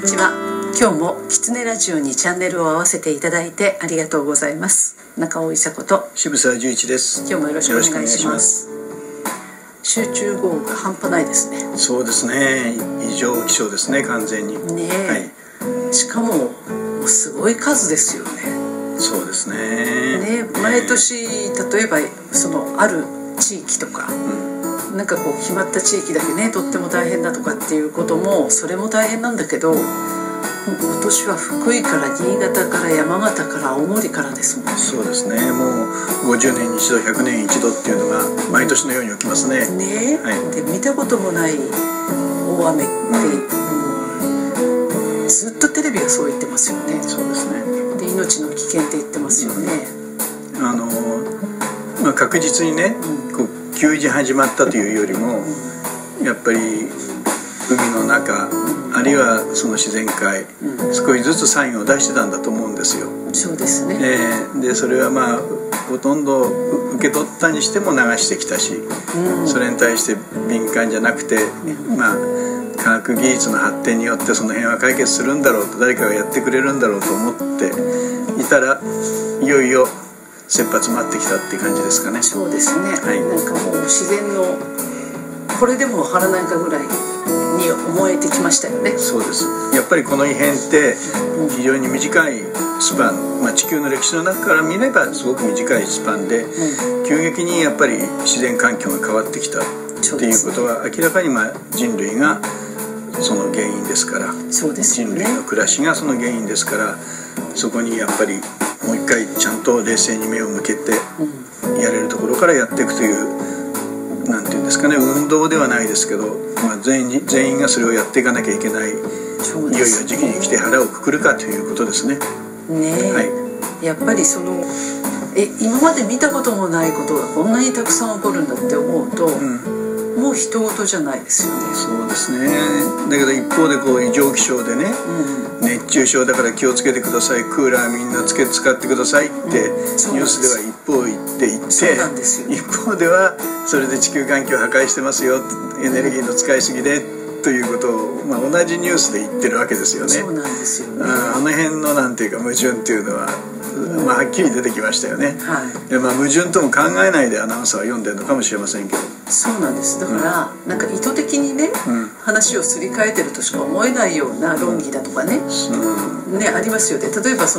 ちは。今日もキツネラジオにチャンネルを合わせていただいてありがとうございます。中尾伊佐子と渋沢十一です。 今日もよろしくお願いします。集中豪雨が半端ないですね。 そうですね、異常気象ですね、完全にねえ、はい、しかもすごい数ですよね。 そうですね。 毎年例えばそのある地域とか、なんかこう決まった地域だけねとっても大変だとかっていうこともそれも大変なんだけど、今年は福井から新潟から山形から青森からですもんね。 そうですね、もう50年に一度100年に一度っていうのが毎年のように起きますね。 ね、はい、で見たこともない大雨って、ずっとテレビはそう言ってますよね。 そうですね。 で命の危険って言ってますよね。 確実にね、こう急に始まったというよりも、やっぱり海の中、あるいはその自然界、少しずつサインを出してたんだと思うんですよ。 そうですね。 でそれはほとんど受け取ったにしても流してきたし、それに対して敏感じゃなくて、科学技術の発展によってその辺は解決するんだろうと、誰かがやってくれるんだろうと思っていたら、いよいよ切羽詰まってきたっていう感じですかね。 そうですね、 はい、 なんかもう自然のこれでもわからないかぐらいに思えてきましたよね。 そうです。やっぱりこの異変って非常に短いスパン、地球の歴史の中から見ればすごく短いスパンで、急激にやっぱり自然環境が変わってきたっていうことは明らかに人類がその原因ですから。 そうですよね。 人類の暮らしがその原因ですから、そこにやっぱりもう一回ちゃんと冷静に目を向けてやれるところからやっていくという、なんていうんですかね、運動ではないですけど、全員がそれをやっていかなきゃいけない、いよいよ時期に来て腹をくくるかということですね。はい、 やっぱりその今まで見たこともないことがこんなにたくさん起こるんだって思うと、もう人事じゃないですよね。 そうですね。だけど一方で異常気象でね、熱中症だから気をつけてください、クーラーみんな使ってくださいって、ニュースでは一方言っていて、一方ではそれで地球環境を破壊してますよ、エネルギーの使いすぎでということを、同じニュースで言ってるわけですよね。 そうなんですよね。 あの辺のなんていうか矛盾っていうのは、はっきり出てきましたよね。で矛盾とも考えないでアナウンサーは読んでるのかもしれませんけど。 そうなんです。だから、なんか意図的にね、話をすり替えてるとしか思えないような論議だとかね、ありますよね。例えば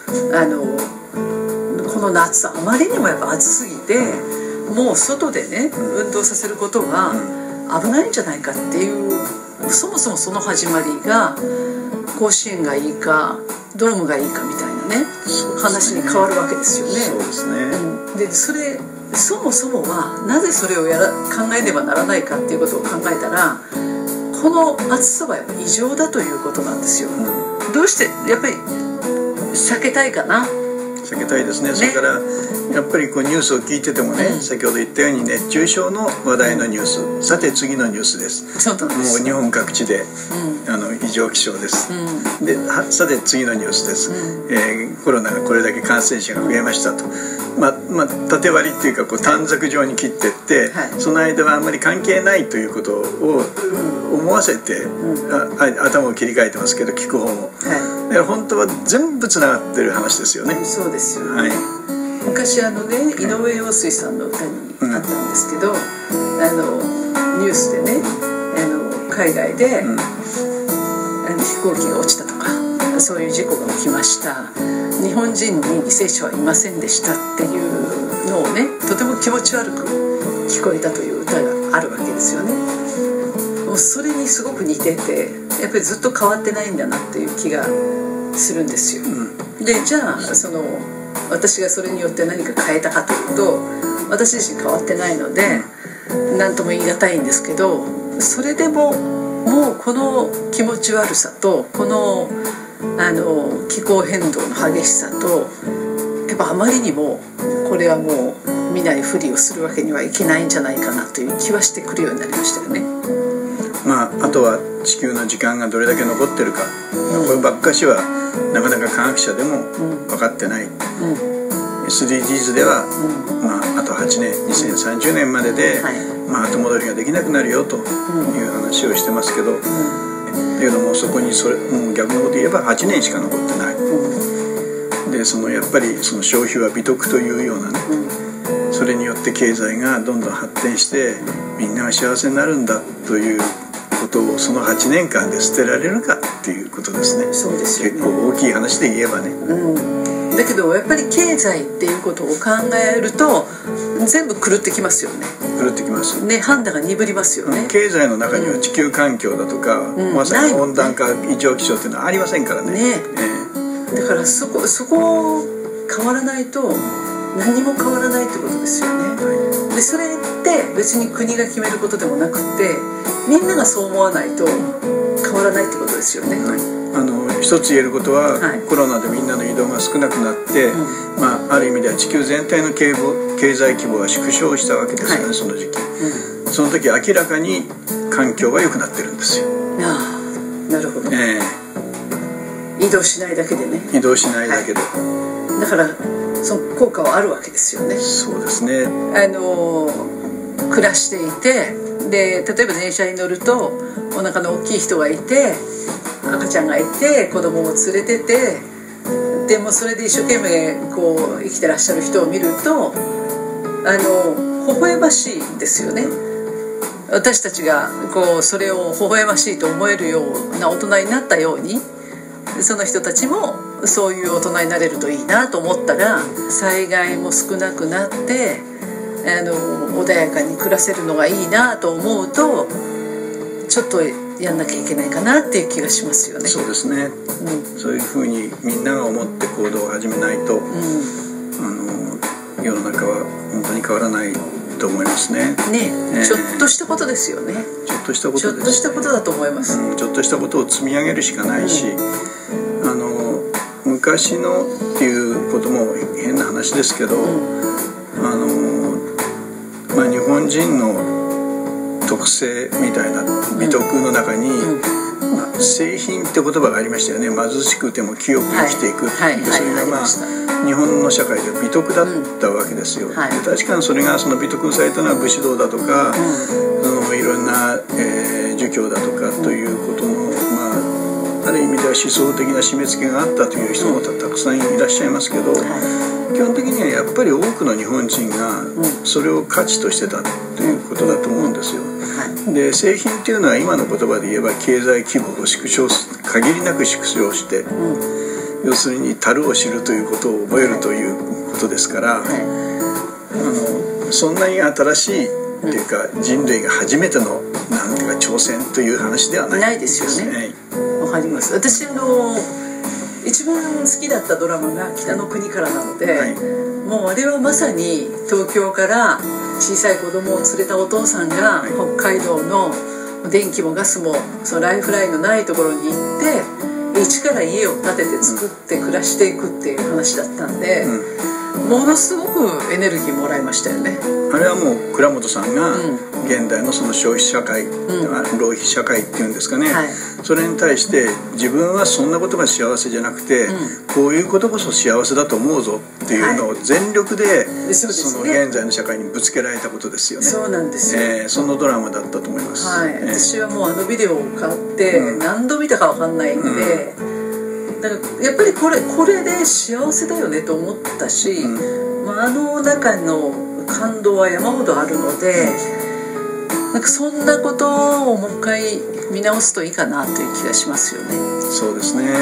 この夏あまりにもやっぱ暑すぎて、もう外でね運動させることが危ないんじゃないかっていう、そもそもその始まりが甲子園がいいかドームがいいかみたいなね、話に変わるわけですよね。 そうですね。 でそれそもそもはなぜそれを考えねばならないかっていうことを考えたら、この暑さはやっぱ異常だということなんですよ。どうしてやっぱり避けたいかな。 避けたいですね。それからやっぱりニュースを聞いててもね、先ほど言ったように熱中症の話題のニュース、さて次のニュースです。もう日本各地で、異常気象です、でさて次のニュースです、コロナがこれだけ感染者が増えましたと、縦割りっていうか短冊状に切っていって、その間はあんまり関係ないということを思わせて、頭を切り替えてますけど、聞く方も、だから本当は全部つながってる話ですよね。 そうですよね。昔井上陽水さんの歌にあったんですけど、ニュースでね、海外で、飛行機が落ちたとかそういう事故が起きました、日本人に犠牲者はいませんでしたっていうのをね、とても気持ち悪く聞こえたという歌があるわけですよね。もうそれにすごく似てて、やっぱりずっと変わってないんだなっていう気がするんですよ。でじゃあ私がそれによって何か変えたかというと、私自身変わってないので何とも言い難いんですけど、それでももうこの気持ち悪さとこの気候変動の激しさと、やっぱあまりにもこれはもう見ないふりをするわけにはいけないんじゃないかなという気はしてくるようになりましたよね。 あとは地球の時間がどれだけ残ってるか、こればっかしはなかなか科学者でも分かってない、SDGs では、あと8年2030年までで、後戻りができなくなるよという話をしてますけど、 っていうのもそこにもう逆のこと言えば8年しか残ってない、でやっぱりその消費は美徳というようなね、それによって経済がどんどん発展してみんなが幸せになるんだということをその8年間で捨てられるかっていうことですね。 そうですよね。 結構大きい話で言えばね、 だけどやっぱり経済っていうことを考えると全部狂ってきますよね。 狂ってきますね、判断が鈍りますよね。 経済の中には地球環境だとか、まさに温暖化、異常気象っていうのはありませんからね。 だからそこ変わらないと何も変わらないってことですよね。でそれって別に国が決めることでもなくてみんながそう思わないと変わらないってことですよね。 一つ言えることは、コロナでみんなの移動が少なくなって、ある意味では地球全体の経済規模が縮小したわけですよね、その時期、その時明らかに環境が良くなってるんですよ。 なるほど、移動しないだけでね。 移動しないだけで、 だからその効果はあるわけですよね。 そうですね。 暮らしていて、で例えば電車に乗るとお腹の大きい人がいて赤ちゃんがいて子供も連れてて、でもそれで一生懸命こう生きてらっしゃる人を見ると微笑ましいんですよね。私たちがこうそれを微笑ましいと思えるような大人になったように、その人たちもそういう大人になれるといいなと思ったら、災害も少なくなって穏やかに暮らせるのがいいなと思うと、ちょっとやんなきゃいけないかなっていう気がしますよね。 そうですね、そういうふうにみんなが思って行動を始めないと、世の中は本当に変わらないと思いますね。 ちょっとしたことですよね。 ちょっとしたことです。 ちょっとしたことだと思います。 ちょっとしたことを積み上げるしかないし、昔のっていうことも変な話ですけど、日本人の特性みたいな美徳の中に、清貧って言葉がありましたよね。貧しくても清く生きていく、それが日本の社会で美徳だったわけですよ。で確かにそれがその美徳されたのは武士道だとか、いろんな、儒教だとかということの、ある意味では思想的な締め付けがあったという人もたくさんいらっしゃいますけど、基本的にはやっぱり多くの日本人がそれを価値としてたということだと思うんですよ。で清貧っていうのは今の言葉で言えば経済規模を限りなく縮小して、要するに足るを知るということを覚えるということですから、そんなに新しいっていうか、人類が初めてのなんていうか挑戦という話ではないですよね。 わかります。私一番好きだったドラマが北の国からなので、もうあれはまさに東京から小さい子供を連れたお父さんが北海道の電気もガスもそのライフラインのないところに行って一から家を建てて作って暮らしていくっていう話だったんで、ものすごくエネルギーもらいましたよね。 あれはもう倉本さんが現代のその消費社会、浪費社会っていうんですかね、それに対して自分はそんなことが幸せじゃなくて、こういうことこそ幸せだと思うぞっていうのを全力で、その現在の社会にぶつけられたことですよね。 そうなんですよ、 そのドラマだったと思います。 私はもうビデオを買って何度見たか分かんないんで、だからやっぱりこれで幸せだよねと思ったし、中の感動は山ほどあるので、なんかそんなことをもう一回見直すといいかなという気がしますよね。 そうですね。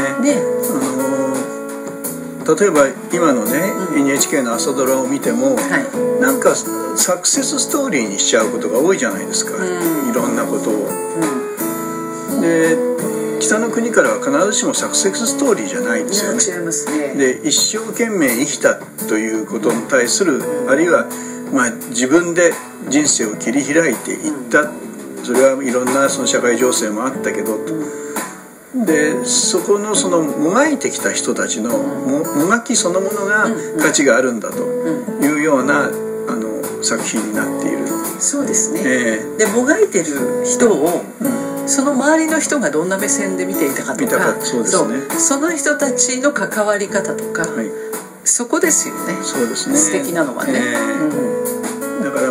例えば今のね、NHK の朝ドラを見ても、なんかサクセスストーリーにしちゃうことが多いじゃないですか、いろんなことを。で北の国からは必ずしもサクセスストーリーじゃないですよね。 違いますね。 で一生懸命生きたということに対する、あるいは自分で人生を切り開いていった、それはいろんなその社会情勢もあったけどと、でそこのそのもがいてきた人たちのもがきそのものが価値があるんだというような作品になっている。 そうですね、でもがいてる人を、その周りの人がどんな目線で見ていたかとか、その人たちの関わり方とか、そこですよね。 そうですね。 素敵なのはね。 だから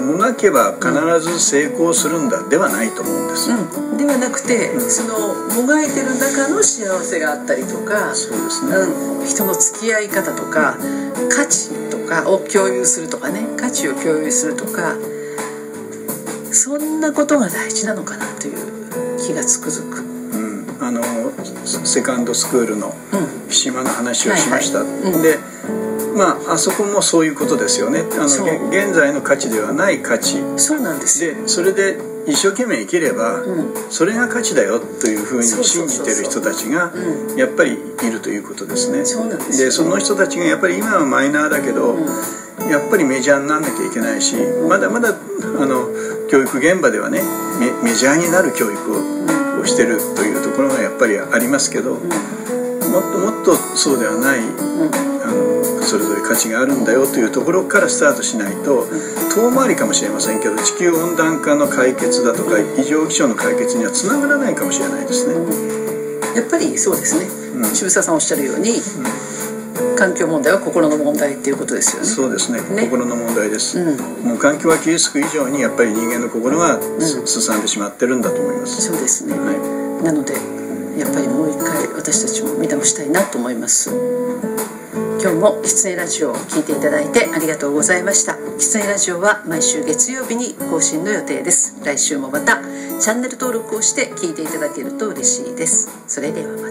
もがけば必ず成功するんだではないと思うんです、 ではなくて、そのもがいてる中の幸せがあったりとか、 そうですね、 人の付き合い方とか、価値とかを共有するとかね、価値を共有するとか、そんなことが大事なのかなという気がつくづく、 セカンドスクールの島の話をしました、であそこもそういうことですよね。現在の価値ではない価値。 そうなんですで、それで一生懸命生きれば、それが価値だよというふうに信じてる人たちがやっぱりいるということですね。 そうなんですよ。 で、その人たちがやっぱり今はマイナーだけど、やっぱりメジャーにならなきゃいけないし、まだまだ教育現場ではね、メジャーになる教育をしてるというところがやっぱりありますけど、もっともっとそうではない、それぞれ価値があるんだよというところからスタートしないと、遠回りかもしれませんけど、地球温暖化の解決だとか異常気象の解決にはつながらないかもしれないですね。 やっぱりそうですね、渋沢さんおっしゃるように、環境問題は心の問題っていうことですよね。 そうですね、心の問題です、もう環境は傷つく以上にやっぱり人間の心がすさんでしまってるんだと思います。 そうですね、なのでやっぱりもう一回私たちも見直したいなと思います。今日も喫煙ラジオを聞いていただいてありがとうございました。喫煙ラジオは毎週月曜日に更新の予定です。来週もまたチャンネル登録をして聞いていただけると嬉しいです。それではまた。